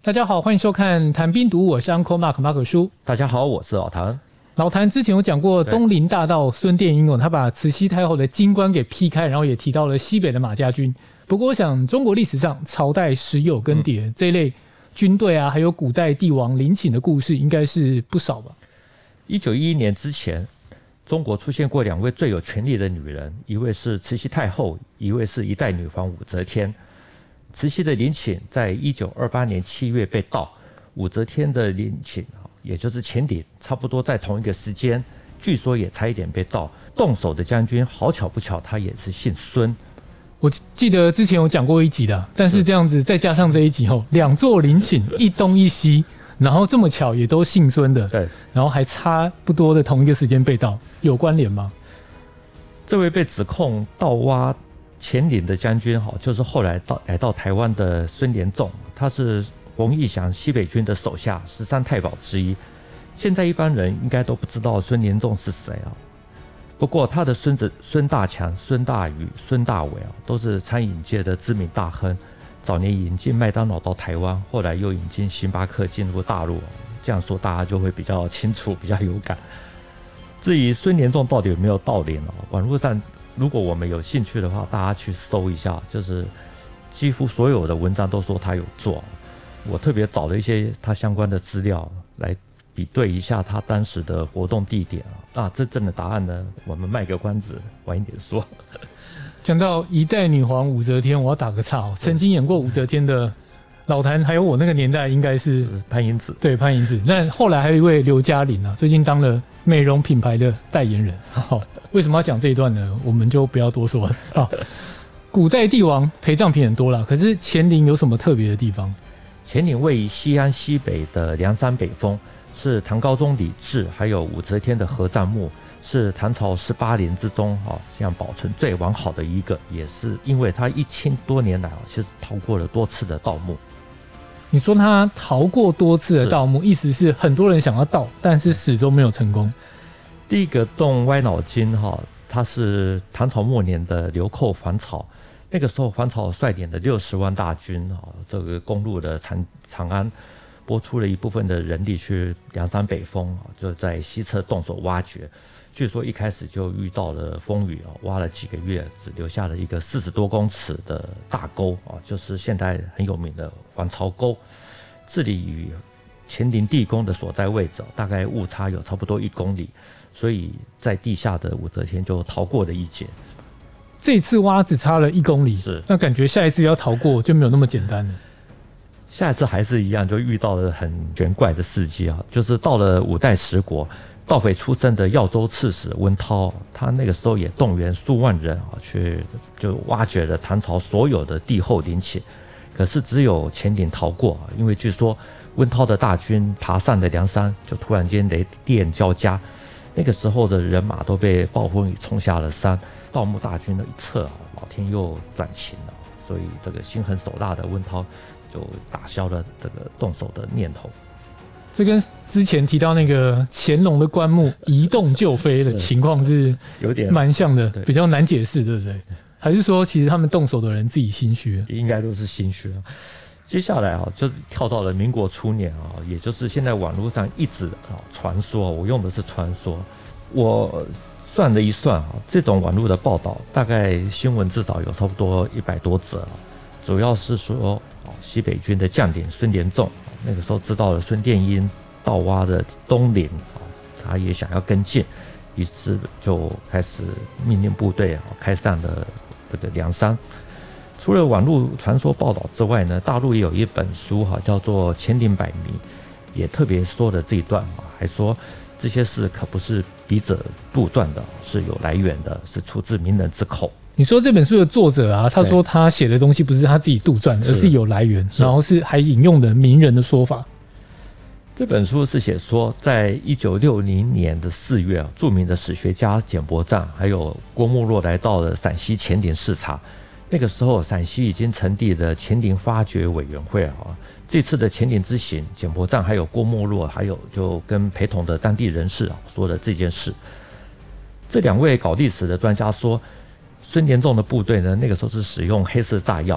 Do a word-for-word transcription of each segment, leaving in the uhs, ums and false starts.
大家好，欢迎收看谈兵读武，我是 Uncle Mark 马可叔。 大家好，我是老谭。 老谭之前有讲过东林大盗孙殿英哦，他把慈禧太后的金冠给劈开，然后也提到了西北的马家军。不过我想中国历史上朝代时有更迭、嗯、这一类军队啊，还有古代帝王陵寝的故事应该是不少吧。 一九一一年之前，中国出现过两位最有权力的女人，一位是慈禧太后，一位是一代女皇武则天。慈禧的陵寝在一九二八年七月被盗，武则天的陵寝也就是乾陵，差不多在同一个时间，据说也差一点被盗。动手的将军好巧不巧，他也是姓孙。 我记得之前有讲过一集的，但是这样子再加上这一集后，两座陵寝一东一西，然后这么巧也都姓孙的， 对， 然后还差不多的同一个时间被盗，有关联吗？ 这位被指控盗挖乾陵的将军，就是后来到来到台湾的孙连仲，他是冯玉祥西北军的手下十三太保之一。现在一般人应该都不知道孙连仲是谁啊。不过他的孙子孙大强、孙大禹、孙大伟啊，都是餐饮界的知名大亨。早年引进麦当劳到台湾，后来又引进星巴克进入大陆。这样说大家就会比较清楚，比较有感。至于孙连仲到底有没有盗陵啊？网络上如果我们有兴趣的话，大家去搜一下，就是几乎所有的文章都说他有做。我特别找了一些他相关的资料来比对一下他当时的活动地点啊。那真正的答案呢，我们卖个关子，晚一点说。 讲到一代女皇武则天，我要打个岔、哦，曾经演过武则天的老谭，还有我那个年代应该是, 是潘迎紫， 对潘迎紫。那后来还有一位刘嘉玲啊，最近当了美容品牌的代言人。好，为什么要讲这一段呢？我们就不要多说了。好，古代帝王陪葬品很多啦，可是乾陵有什么特别的地方？ 乾陵位于西安西北的梁山北峰，是唐高宗李治还有武则天的合葬墓，是唐朝十八陵之中啊，像保存最完好的一个，也是因为他一千多年来啊，其实逃过了多次的盗墓。 你说他逃过多次的盗墓，意思是很多人想要盗，但是始终没有成功。 第一个动歪脑筋哈，他是唐朝末年的流寇还朝。那个时候，黄巢率领的六十万大军啊，这个攻入了长长安，拨出了一部分的人力去梁山北峰啊，就在西侧动手挖掘。据说一开始就遇到了风雨啊，挖了几个月，只留下了一个四十多公尺的大沟啊，就是现在很有名的黄巢沟。这里与乾陵地宫的所在位置大概误差有差不多一公里，所以在地下的武则天就逃过了一劫。 这次挖只差了一公里， 是那感觉下一次要逃过就没有那么简单了。 下一次还是一样，就遇到了很玄怪的事迹啊，就是到了五代十国，盗匪出身的耀州刺史温韬，他那个时候也动员数万人啊，去就挖掘了唐朝所有的帝后陵寝，可是只有乾陵逃过，因为据说温韬的大军爬上了梁山，就突然间雷电交加，那个时候的人马都被暴风雨冲下了山。盗墓大军的一撤，老天又转晴了，所以这个心狠手辣的温韬就打消了这个动手的念头。 这跟之前提到那个乾隆的棺木移动就飞的情况是有点蛮像的，比较难解释，对不对？还是说其实他们动手的人自己心虚？ 应该都是心虚啊。接下来啊，就跳到了民国初年啊，也就是现在网络上一直啊传说，我用的是传说，我。算了一算啊，这种网络的报道大概新闻至少有差不多一百多则，主要是说西北军的将领孙连仲那个时候知道了孙殿英盗挖的东陵，他也想要跟进，于是就开始命令部队开上了这个梁山。除了网络传说报道之外呢，大陆也有一本书哈，叫做《乾陵百谜》，也特别说了这一段，还说这些事可不是笔者杜撰的，是有来源的，是出自名人之口。 你说这本书的作者啊，他说他写的东西不是他自己杜撰的，而是有来源，然后是还引用的名人的说法。 这本书是写说，在一九六零年的四月，著名的史学家简伯赞还有郭沫若来到了陕西乾陵视察。那个时候，陕西已经成立了乾陵发掘委员会啊。这次的乾陵之行，简伯赞还有郭沫若，还有就跟陪同的当地人士啊说了这件事。这两位搞历史的专家说，孙连仲的部队呢，那个时候是使用黑色炸药，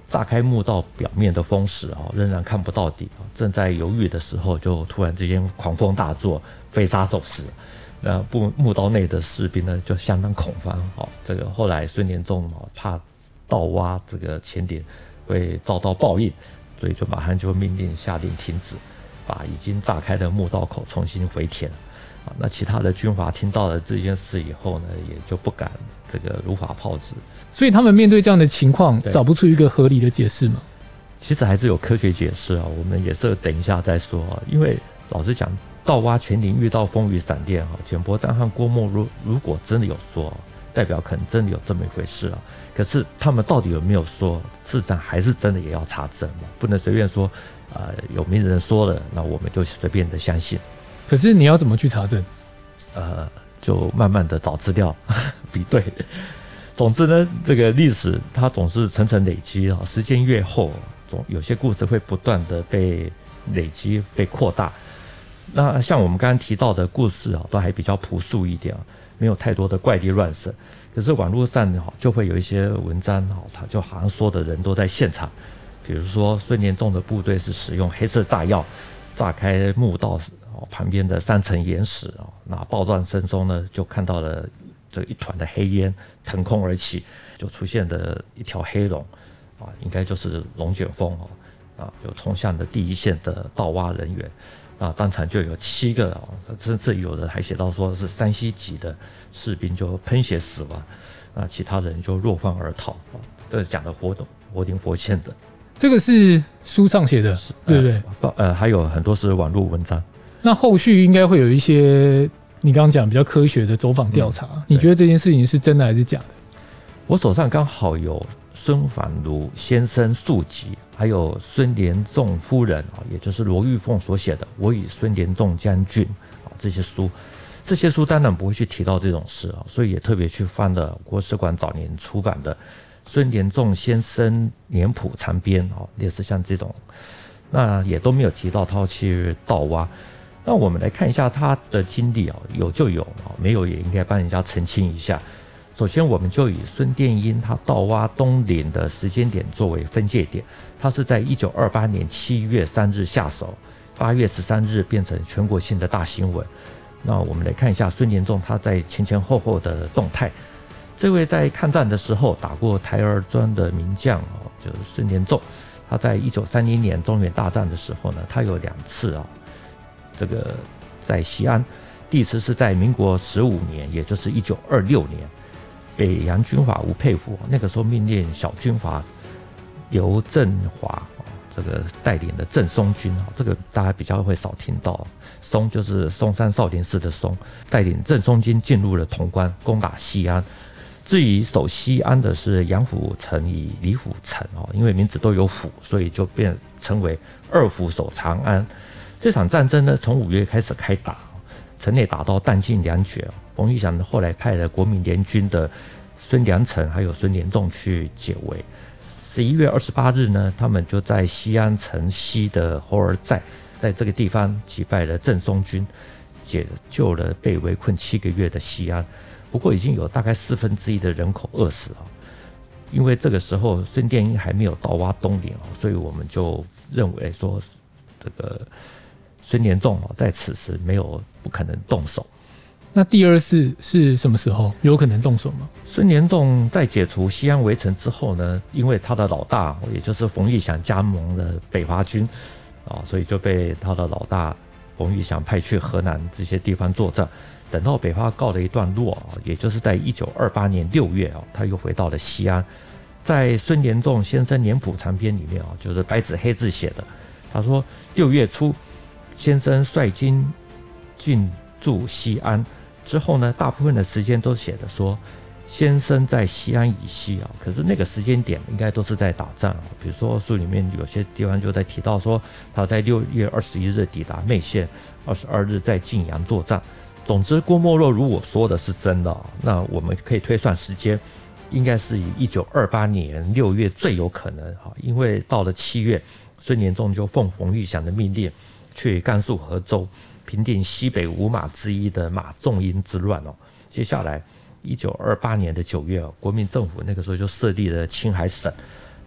炸开墓道表面的风石哦，仍然看不到底，正在犹豫的时候，就突然之间狂风大作，飞沙走石。那墓墓道内的士兵呢，就相当恐慌。哦，这个后来孙连仲哦，怕盗挖这个前典会遭到报应，所以就马上就命令下令停止，把已经炸开的墓道口重新回填。啊，那其他的军阀听到了这件事以后呢，也就不敢这个如法炮制。 所以他们面对这样的情况，找不出一个合理的解释吗？ 其实还是有科学解释啊，我们也是等一下再说。因为老实讲，盗挖前陵遇到风雨闪电啊，简伯章和郭沫若如果真的有说，代表可能真的有这么一回事啊。可是他们到底有没有说？事实上还是真的也要查证嘛，不能随便说，呃，有名人说了，那我们就随便的相信。 可是你要怎么去查证？ 呃，就慢慢的找资料比对。总之呢，这个历史它总是层层累积啊，时间越后，总有些故事会不断的被累积、被扩大。那像我们刚刚提到的故事啊，都还比较朴素一点，没有太多的怪力乱神。可是网络上就会有一些文章，它就好像说的人都在现场，比如说孙连仲的部队是使用黑色炸药炸开墓道旁边的三层岩石，那爆炸声中呢，就看到了这一团的黑烟腾空而起，就出现了一条黑龙，啊，应该就是龙卷风哦，啊，就冲向了第一线的盗挖人员，啊，当场就有七个哦，甚至有的还写到说是山西籍的士兵就喷血死亡，啊，其他人就落荒而逃，啊，这讲的活活灵活现的。 这个是书上写的，对不对？ 呃，呃还有很多是网络文章。 那后续应该会有一些你刚刚讲比较科学的走访调查，嗯，你觉得这件事情是真的还是假的？ 我手上刚好有孙反如先生述集，还有孙连仲夫人，也就是罗玉凤所写的《我与孙连仲将军》这些书。这些书当然不会去提到这种事，所以也特别去翻了国史馆早年出版的孙连仲先生年谱长编，类似像这种，那也都没有提到他去盗挖。那我们来看一下他的经历，有就有，没有也应该帮人家澄清一下。首先我们就以孙殿英他盗挖东陵的时间点作为分界点，他是在一九二八年七月三日下手，八月十三日变成全国性的大新闻。那我们来看一下孙连仲他在前前后后的动态。这位在抗战的时候打过台儿庄的名将，就是孙连仲，他在一九三零年中原大战的时候呢，他有两次啊，这个在西安，第一次是在民国十五年，也就是一九二六年，北洋军阀吴佩孚那个时候命令小军阀刘振华这个带领的郑松军，这个大家比较会少听到，松就是松山少林寺的松，带领郑松军进入了潼关，攻打西安。至于守西安的是杨虎城与李虎城，因为名字都有虎，所以就变称为二虎守长安。这场战争呢，从五月开始开打，城内打到弹尽粮绝。冯玉祥后来派了国民联军的孙良诚还有孙连仲去解围。十一月二十八日呢，他们就在西安城西的侯儿寨，在这个地方击败了郑松军，解救了被围困七个月的西安。不过已经有大概四分之一的人口饿死了，因为这个时候孙殿英还没有盗挖东陵，所以我们就认为说这个孙连仲在此时没有不可能动手。 那第二次是什么时候有可能动手吗？ 孙连仲在解除西安围城之后呢，因为他的老大也就是冯玉祥加盟了北伐军，所以就被他的老大冯玉祥派去河南这些地方作战。等到北伐告了一段落，也就是在一九二八年六月，他又回到了西安。在孙连仲先生年谱长编里面，就是白纸黑字写的，他说六月初先生率军进驻西安之后呢，大部分的时间都写的说先生在西安以西，可是那个时间点应该都是在打仗。比如说书里面有些地方就在提到说他在六月二十一日抵达媚县，二十二日在晋阳作战。总之郭沫若如果说的是真的，那我们可以推算时间应该是以一九二八年六月最有可能，因为到了七月孙连仲就奉冯玉祥的命令去甘肃合州平定西北五马之一的马仲英之乱。接下来一九二八年的九月，国民政府那个时候就设立了青海省，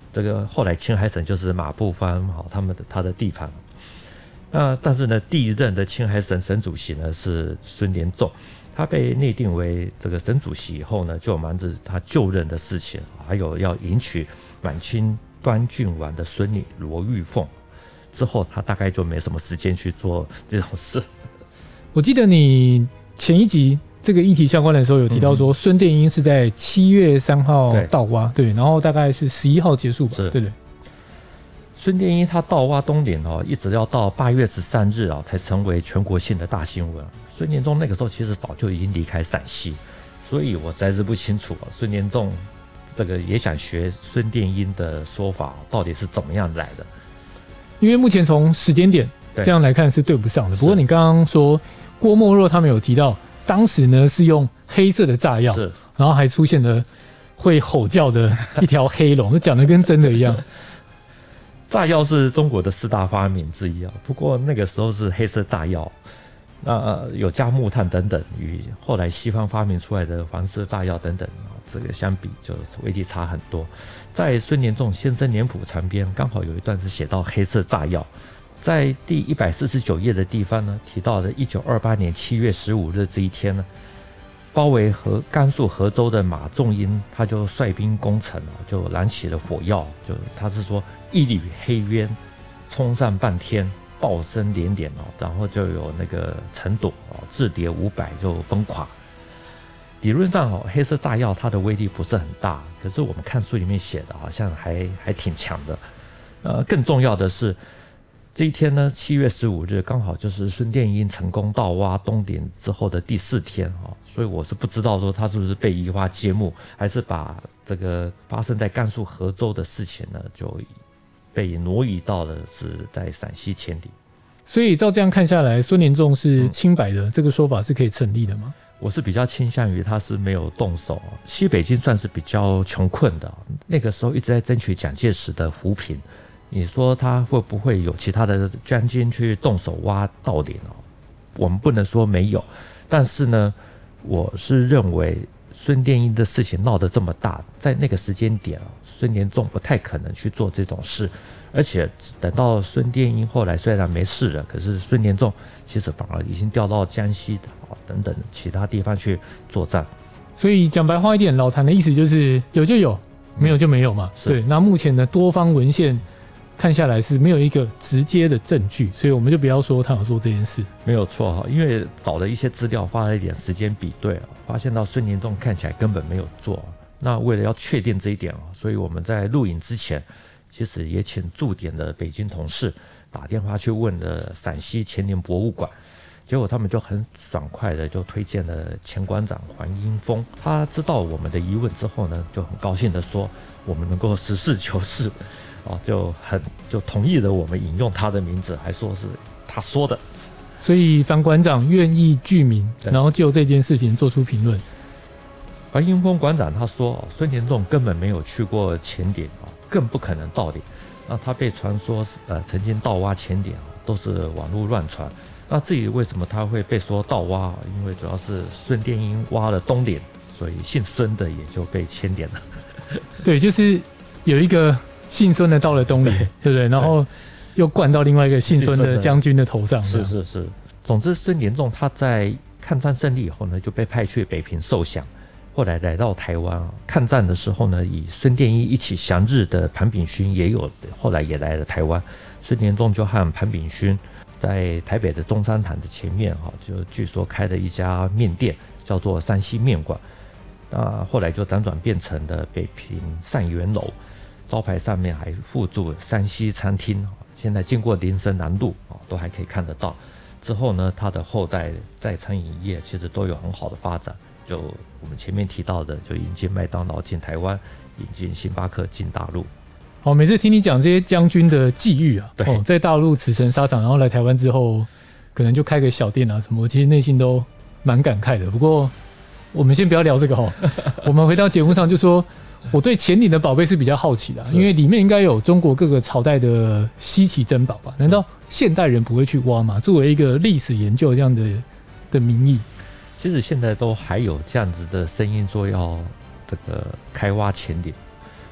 这个后来青海省就是马步藩好他们的他的地盘。那但是呢，第一任的青海省省主席呢是孙连仲，他被内定为这个省主席以后呢，就忙着他就任的事情，还有要迎娶满清端郡王的孙女罗玉凤。之后他大概就没什么时间去做这种事。 我记得你前一集这个议题相关的时候有提到说，孙殿英是在七月三号盗挖，对，然后大概是十一号结束吧，对对。 孙殿英他盗挖东岭哦，一直要到八月十三日啊，才成为全国性的大新闻。孙连仲那个时候其实早就已经离开陕西，所以我实在是不清楚啊，孙连仲这个也想学孙殿英的说法到底是怎么样来的。 因为目前从时间点这样来看是对不上的。不过你刚刚说郭沫若他们有提到，当时呢是用黑色的炸药，然后还出现了会吼叫的一条黑龙，讲的跟真的一样。 炸药是中国的四大发明之一啊，不过那个时候是黑色炸药，那、呃、有加木炭等等，与后来西方发明出来的黄色炸药等等这个相比，就威力差很多。在孙连仲先生年谱长编刚好有一段是写到黑色炸药，在第一百四十九页的地方呢，提到了一九二八年七月十五日这一天呢，包围和甘肃合州的马仲英他就率兵攻城，就燃起了火药，就他是说一缕黑烟冲上半天，爆声连连，然后就有那个城垛自跌五百就崩垮。理论上哦，黑色炸药它的威力不是很大，可是我们看书里面写的好像还还挺强的。呃，更重要的是这一天呢，七月十五日刚好就是孙殿英成功盗挖东岭之后的第四天哦，所以我是不知道说他是不是被移花接木，还是把这个发生在甘肃合州的事情呢，就被挪移到了是在陕西千里。 所以照这样看下来，孙连仲是清白的，嗯、这个说法是可以成立的吗？ 我是比较倾向于他是没有动手。西北军算是比较穷困的，那个时候一直在争取蒋介石的扶贫。你说他会不会有其他的将军去动手挖盗岭？我们不能说没有，但是呢，我是认为孙殿英的事情闹得这么大，在那个时间点，孙连仲不太可能去做这种事。而且等到孙殿英后来虽然没事了，可是孙连仲其实反而已经调到江西的等等其他地方去作战。 所以讲白话一点，老谭的意思就是有就有，没有就没有嘛。嗯、对，那目前的多方文献看下来是没有一个直接的证据，所以我们就不要说他有做这件事。 没有错哈，因为找了一些资料，花了一点时间比对，发现到孙连仲看起来根本没有做。那为了要确定这一点，所以我们在录影之前，其实也请驻点的北京同事打电话去问了陕西乾陵博物馆，结果他们就很爽快的就推荐了前馆长黄英峰。他知道我们的疑问之后呢，就很高兴的说我们能够实事求是，就很就同意了我们引用他的名字，还说是他说的。 所以樊馆长愿意具名，然后就这件事情做出评论。 黄英峰馆长他说，孙连仲根本没有去过乾陵，更不可能盗岭。那他被传说呃曾经盗挖乾陵，都是网络乱传。那至于为什么他会被说盗挖，因为主要是孙殿英挖了东岭，所以姓孙的也就被牵连了。 对，就是有一个姓孙的到了东岭，对不对？然后又灌到另外一个姓孙的将军的头上。 是是是。总之，孙连仲他在抗战胜利以后呢，就被派去北平受降。后来来到台湾，抗战的时候呢，与孙殿英一起降日的潘炳勋也有，后来也来了台湾。孙连仲就和潘炳勋在台北的中山堂的前面，就据说开了一家面店，叫做山西面馆。那后来就辗转变成了北平善元楼，招牌上面还附注山西餐厅。现在经过林森南路都还可以看得到。之后呢，他的后代在餐饮业其实都有很好的发展。就我们前面提到的，就引进麦当劳进台湾，引进星巴克进大陆。 好，每次听你讲这些将军的际遇啊，哦，在大陆驰骋沙场，然后来台湾之后，可能就开个小店啊什么，我其实内心都蛮感慨的。不过我们先不要聊这个哈，我们回到节目上就说，我对乾陵的宝贝是比较好奇的，因为里面应该有中国各个朝代的稀奇珍宝吧？难道现代人不会去挖吗？作为一个历史研究这样的的名义。 其实现在都还有这样子的声音，说要这个开挖乾陵。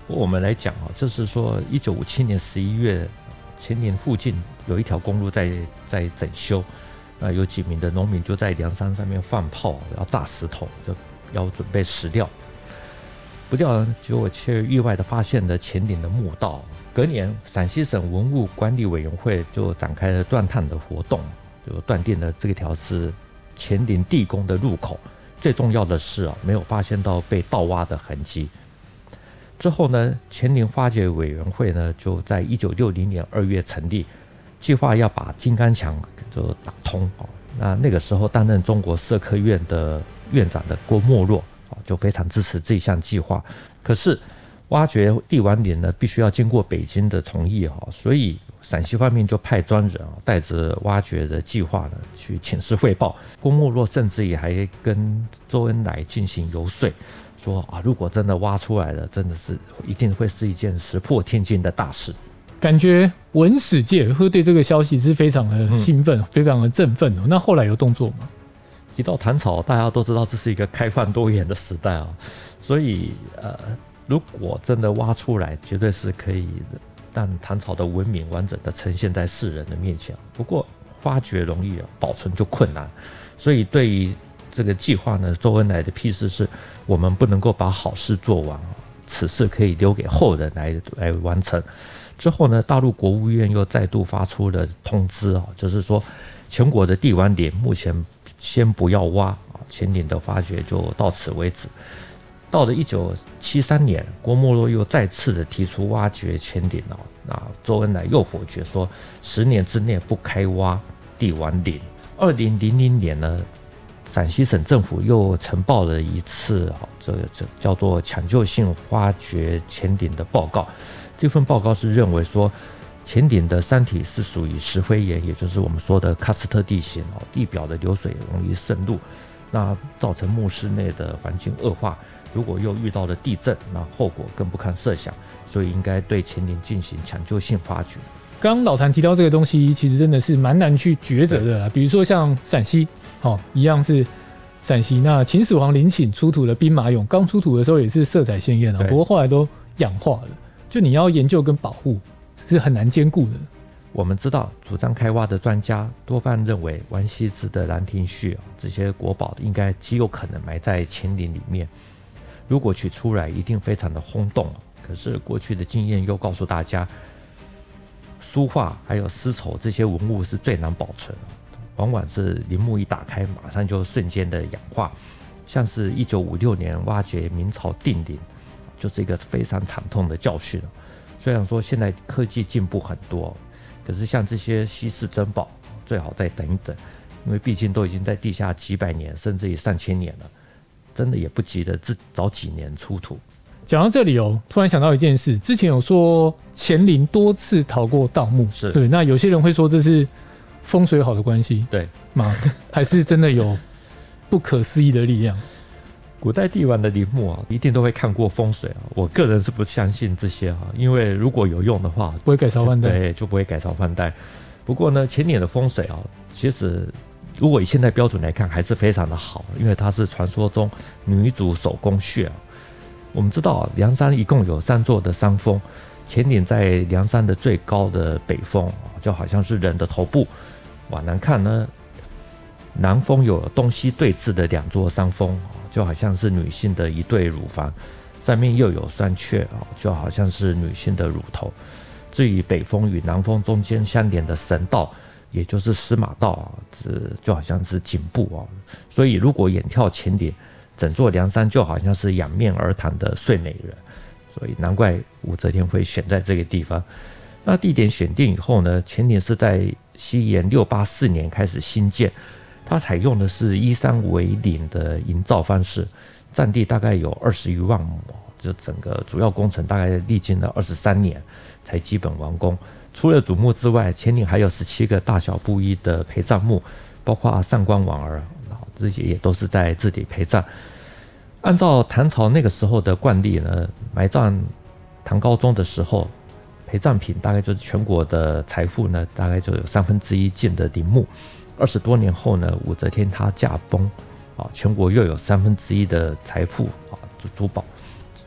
我们来讲啊，就是说一九五七年十一月，前年附近有一条公路在在整修，那有几名的农民就在梁山上面放炮，要炸石头，就要准备石料，不料结果却意外的发现了前岭的墓道。隔年，陕西省文物管理委员会就展开了钻探的活动，就断定了这条是前岭地宫的入口。最重要的是啊，没有发现到被盗挖的痕迹。之后呢，前岭发掘委员会呢就在一九六零年二月成立，计划要把金刚墙就打通。那那个时候担任中国社科院的院长的郭沫若就非常支持这项计划。可是挖掘帝王陵呢，必须要经过北京的同意，所以陕西方面就派专人带着挖掘的计划呢去请示汇报。郭沫若甚至也还跟周恩来进行游说，说啊，如果真的挖出来了，真的是一定会是一件石破天惊的大事。 感觉文史界会对这个消息是非常的兴奋、嗯、非常的振奋。那后来有动作吗？ 提到唐朝，大家都知道这是一个开放多元的时代啊，所以呃。如果真的挖出来，绝对是可以让唐朝的文明完整的呈现在世人的面前。不过发掘容易，保存就困难，所以对于这个计划呢，周恩来的批示是：我们不能够把好事做完，此事可以留给后人来来完成。之后呢，大陆国务院又再度发出了通知啊，就是说全国的帝王陵目前先不要挖，前陵的发掘就到此为止。到了一九七三年，郭沫若又再次的提出挖掘前陵，那周恩来又否决说十年之内不开挖帝王陵。二零零零年呢，陕西省政府又呈报了一次这个叫做抢救性挖掘前陵的报告。这份报告是认为说，前陵的山体是属于石灰岩，也就是我们说的喀斯特地形，地表的流水容易渗入，那造成墓室内的环境恶化。如果又遇到了地震，那后果更不堪设想，所以应该对前陵进行抢救性发掘。 刚刚老谭提到这个东西，其实真的是蛮难去抉择的啦。比如说像陕西，哦，一样是陕西，那秦始皇陵寝出土的兵马俑，刚出土的时候也是色彩鲜艳啊，不过后来都氧化了。就你要研究跟保护是很难兼顾的。 我们知道，主张开挖的专家多半认为，王羲之的《兰亭序》这些国宝应该极有可能埋在前陵里面。如果取出来，一定非常的轰动。可是过去的经验又告诉大家，书画还有丝绸这些文物是最难保存，往往是陵墓一打开，马上就瞬间的氧化。像是一九五六年挖掘明朝定陵，就是一个非常惨痛的教训。虽然说现在科技进步很多，可是像这些稀世珍宝，最好再等一等，因为毕竟都已经在地下几百年，甚至于上千年了。真的也不急得早几年出土。 讲到这里哦，突然想到一件事，之前有说乾陵多次逃过盗墓， 是对。那有些人会说这是风水好的关系， 对吗？还是真的有不可思议的力量？ 古代帝王的陵墓啊，一定都会看过风水啊。我个人是不相信这些啊，因为如果有用的话， 不会改朝换代， 对，就不会改朝换代。不过呢，前年的风水啊，其实如果以现在标准来看，还是非常的好，因为它是传说中女主守宫穴啊。我们知道啊，梁山一共有三座的山峰，前岭在梁山的最高的北峰，就好像是人的头部。往南看呢，南峰有东西对峙的两座山峰，就好像是女性的一对乳房，上面又有山阙，就好像是女性的乳头。至于北峰与南峰中间相连的神道，也就是司马道啊，这就好像是颈部啊。所以如果远眺前岭，整座梁山就好像是仰面而谈的睡美人。所以难怪武则天会选在这个地方。那地点选定以后呢，前岭是在西元六八四年开始兴建，它采用的是依山为岭的营造方式，占地大概有二十余万亩，就整个主要工程大概历经了二十三年才基本完工。除了主墓之外，前岭还有十七个大小不一的陪葬墓，包括上官婉儿，这些也都是在这里陪葬。按照唐朝那个时候的惯例呢，埋葬唐高宗的时候，陪葬品大概就是全国的财富呢，大概就有三分之一进的陵墓。二十多年后呢，武则天她驾崩，啊，全国又有三分之一的财富啊，珠宝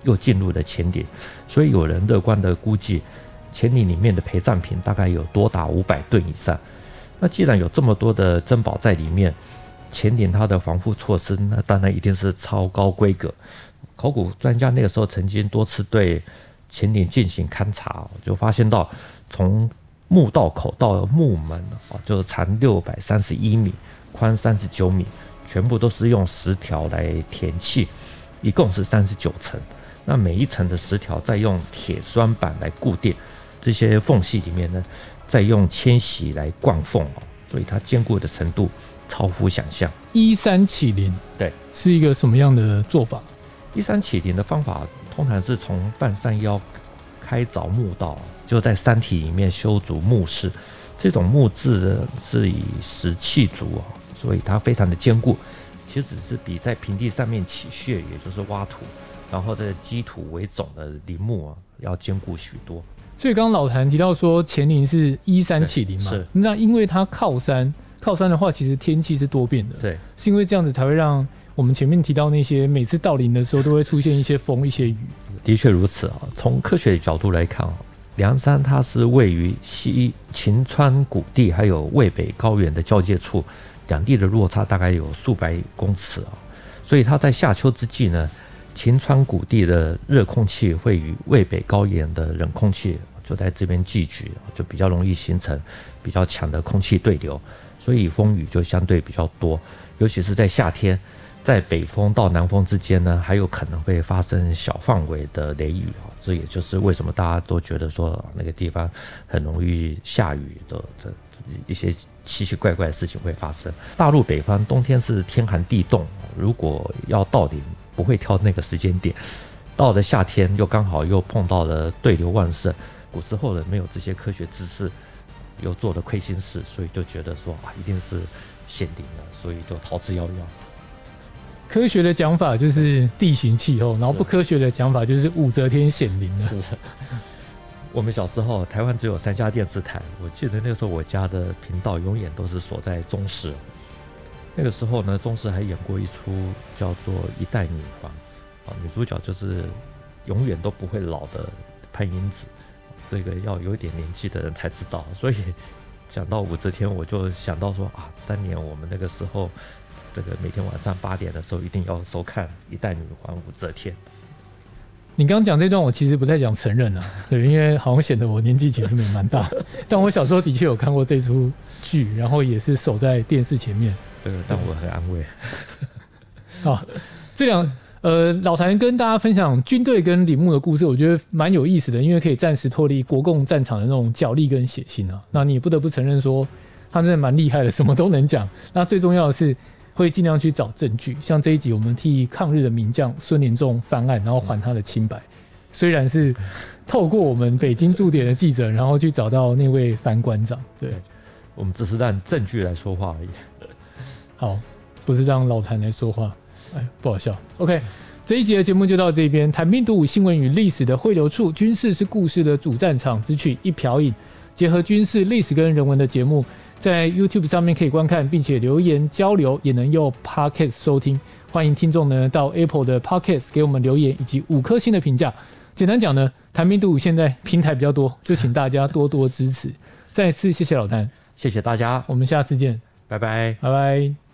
又进入了乾陵，所以有人乐观的估计，乾陵里面的陪葬品大概有多达五百吨以上。那既然有这么多的珍宝在里面，乾陵它的防护措施那当然一定是超高规格。考古专家那个时候曾经多次对乾陵进行勘察，就发现到从墓道口到墓门就长六百三十一米，宽三十九米，全部都是用石条来填砌，一共是三十九层。那每一层的石条再用铁栓板来固定，这些缝隙里面呢，再用铅锡来灌缝，所以它坚固的程度超乎想象。 依山起陵， 对， 是一个什么样的做法？ 依山起陵的方法通常是从半山腰开凿墓道，就在山体里面修筑墓室。这种木质是以石砌筑，所以它非常的坚固，其实是比在平地上面起穴，也就是挖土，然后再基土为种的陵墓要坚固许多。所以刚刚老谭提到说乾陵是依山起陵嘛，那因为它靠山，靠山的话其实天气是多变的， 对， 是因为这样子才会让我们前面提到那些每次到陵的时候都会出现一些风一些雨。 的确如此啊，从科学角度来看，梁山它是位于西秦川谷地还有渭北高原的交界处，两地的落差大概有数百公尺啊，所以它在夏秋之际呢，秦川谷地的热空气会与渭北高原的冷空气就在这边聚集，就比较容易形成比较强的空气对流，所以风雨就相对比较多，尤其是在夏天，在北风到南风之间呢，还有可能会发生小范围的雷雨，这也就是为什么大家都觉得说那个地方很容易下雨的的一些奇奇怪怪的事情会发生。大陆北方冬天是天寒地冻，如果要到陵不会挑那个时间点，到了夏天又刚好又碰到了对流旺盛，古时候人没有这些科学知识，又做了亏心事，所以就觉得说啊，一定是显灵了，所以就逃之夭夭。 科学的讲法就是地形气候，然后不科学的讲法就是武则天显灵了。 是，我们小时候台湾只有三家电视台，我记得那个时候我家的频道永远都是锁在中视。那个时候呢，中视还演过一出叫做《一代女皇》，女主角就是永远都不会老的潘英子，这个要有一点年纪的人才知道。所以讲到武则天，我就想到说啊，当年我们那个时候。这个每天晚上八点的时候一定要收看《一代女皇武则天》。 你刚刚讲这段，我其实不太想承认啊，对，因为好像显得我年纪其实也蛮大，但我小时候的确有看过这出剧，然后也是守在电视前面。 对，但我很安慰。 好，这两呃老谭跟大家分享军队跟陵墓的故事，我觉得蛮有意思的，因为可以暂时脱离国共战场的那种角力跟血腥啊。那你不得不承认说，他真的蛮厉害的，什么都能讲。那最重要的是。会尽量去找证据，像这一集我们替抗日的名将孙连仲翻案，然后还他的清白。虽然是透过我们北京驻点的记者，然后去找到那位樊馆长。对， 我们只是让证据来说话而已。 好，不是让老谭来说话，哎，不好笑。OK， 这一集的节目就到这边。谈兵读武，新闻与历史的汇流处，军事是故事的主战场，只取一瓢饮，结合军事、历史跟人文的节目。在 YouTube 上面可以观看，并且留言交流，也能用 Podcast 收听。欢迎听众呢到 Apple 的 Podcast 给我们留言以及五颗星的评价。简单讲呢，谈兵读武现在平台比较多，就请大家多多支持。再次谢谢老谭， 谢谢大家， 我们下次见， 拜拜， 拜拜。